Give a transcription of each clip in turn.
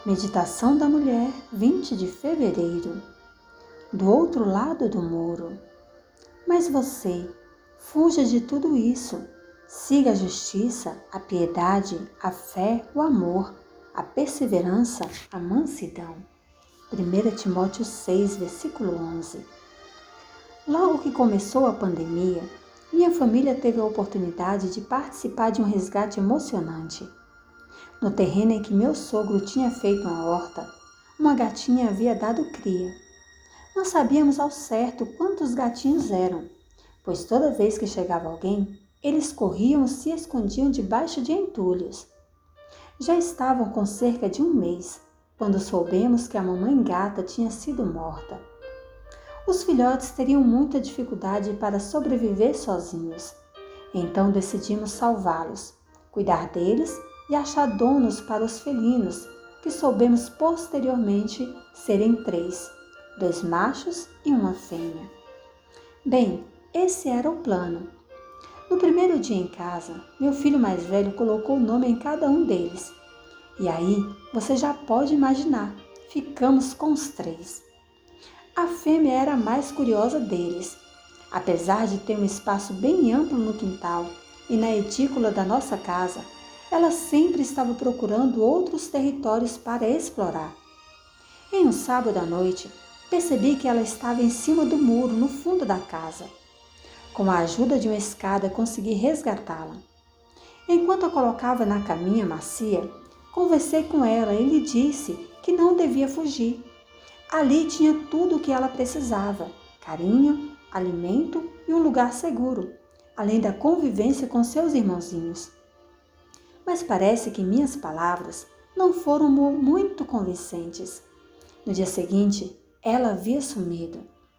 Meditação da Mulher, 20 de fevereiro. Do outro lado do muro. Mas você, fuja de tudo isso. Siga a justiça, a piedade, a fé, o amor, a perseverança, a mansidão. 1 Timóteo 6, versículo 11. Logo que começou a pandemia, minha família teve a oportunidade de participar de um resgate emocionante. No terreno em que meu sogro tinha feito uma horta, uma gatinha havia dado cria. Não sabíamos ao certo quantos gatinhos eram, pois toda vez que chegava alguém, eles corriam e se escondiam debaixo de entulhos. Já estavam com cerca de um mês, quando soubemos que a mamãe gata tinha sido morta. Os filhotes teriam muita dificuldade para sobreviver sozinhos, então decidimos salvá-los, cuidar deles e achar donos para os felinos, que soubemos posteriormente serem 3, 2 machos e uma fêmea. Bem, esse era o plano. No primeiro dia em casa, meu filho mais velho colocou o nome em cada um deles. E aí, você já pode imaginar, ficamos com os 3. A fêmea era a mais curiosa deles. Apesar de ter um espaço bem amplo no quintal e na edícula da nossa casa, ela sempre estava procurando outros territórios para explorar. Em um sábado à noite, percebi que ela estava em cima do muro, no fundo da casa. Com a ajuda de uma escada, consegui resgatá-la. Enquanto a colocava na caminha macia, conversei com ela e lhe disse que não devia fugir. Ali tinha tudo o que ela precisava: carinho, alimento e um lugar seguro, além da convivência com seus irmãozinhos. Mas parece que minhas palavras não foram muito convincentes. No dia seguinte, ela havia sumido.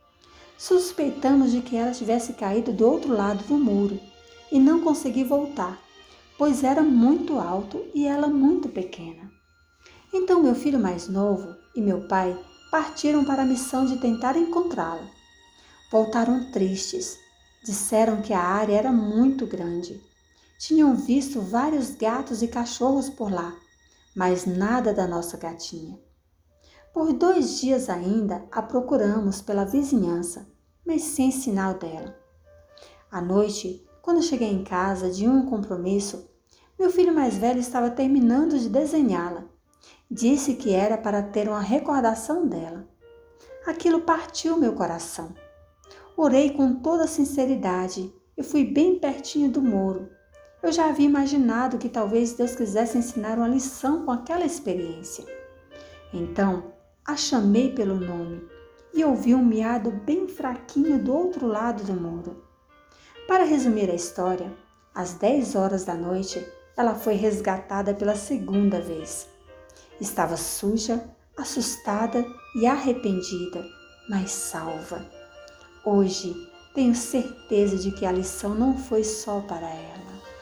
Suspeitamos de que ela tivesse caído do outro lado do muro e não consegui voltar, pois era muito alto e ela muito pequena. Então meu filho mais novo e meu pai partiram para a missão de tentar encontrá-la. Voltaram tristes. Disseram que a área era muito grande. Tinham visto vários gatos e cachorros por lá, mas nada da nossa gatinha. Por 2 dias ainda a procuramos pela vizinhança, mas sem sinal dela. À noite, quando cheguei em casa de um compromisso, meu filho mais velho estava terminando de desenhá-la. Disse que era para ter uma recordação dela. Aquilo partiu meu coração. Orei com toda sinceridade e fui bem pertinho do muro. Eu já havia imaginado que talvez Deus quisesse ensinar uma lição com aquela experiência. Então, a chamei pelo nome e ouvi um miado bem fraquinho do outro lado do muro. Para resumir a história, às 10 horas da noite, ela foi resgatada pela segunda vez. Estava suja, assustada e arrependida, mas salva. Hoje, tenho certeza de que a lição não foi só para ela.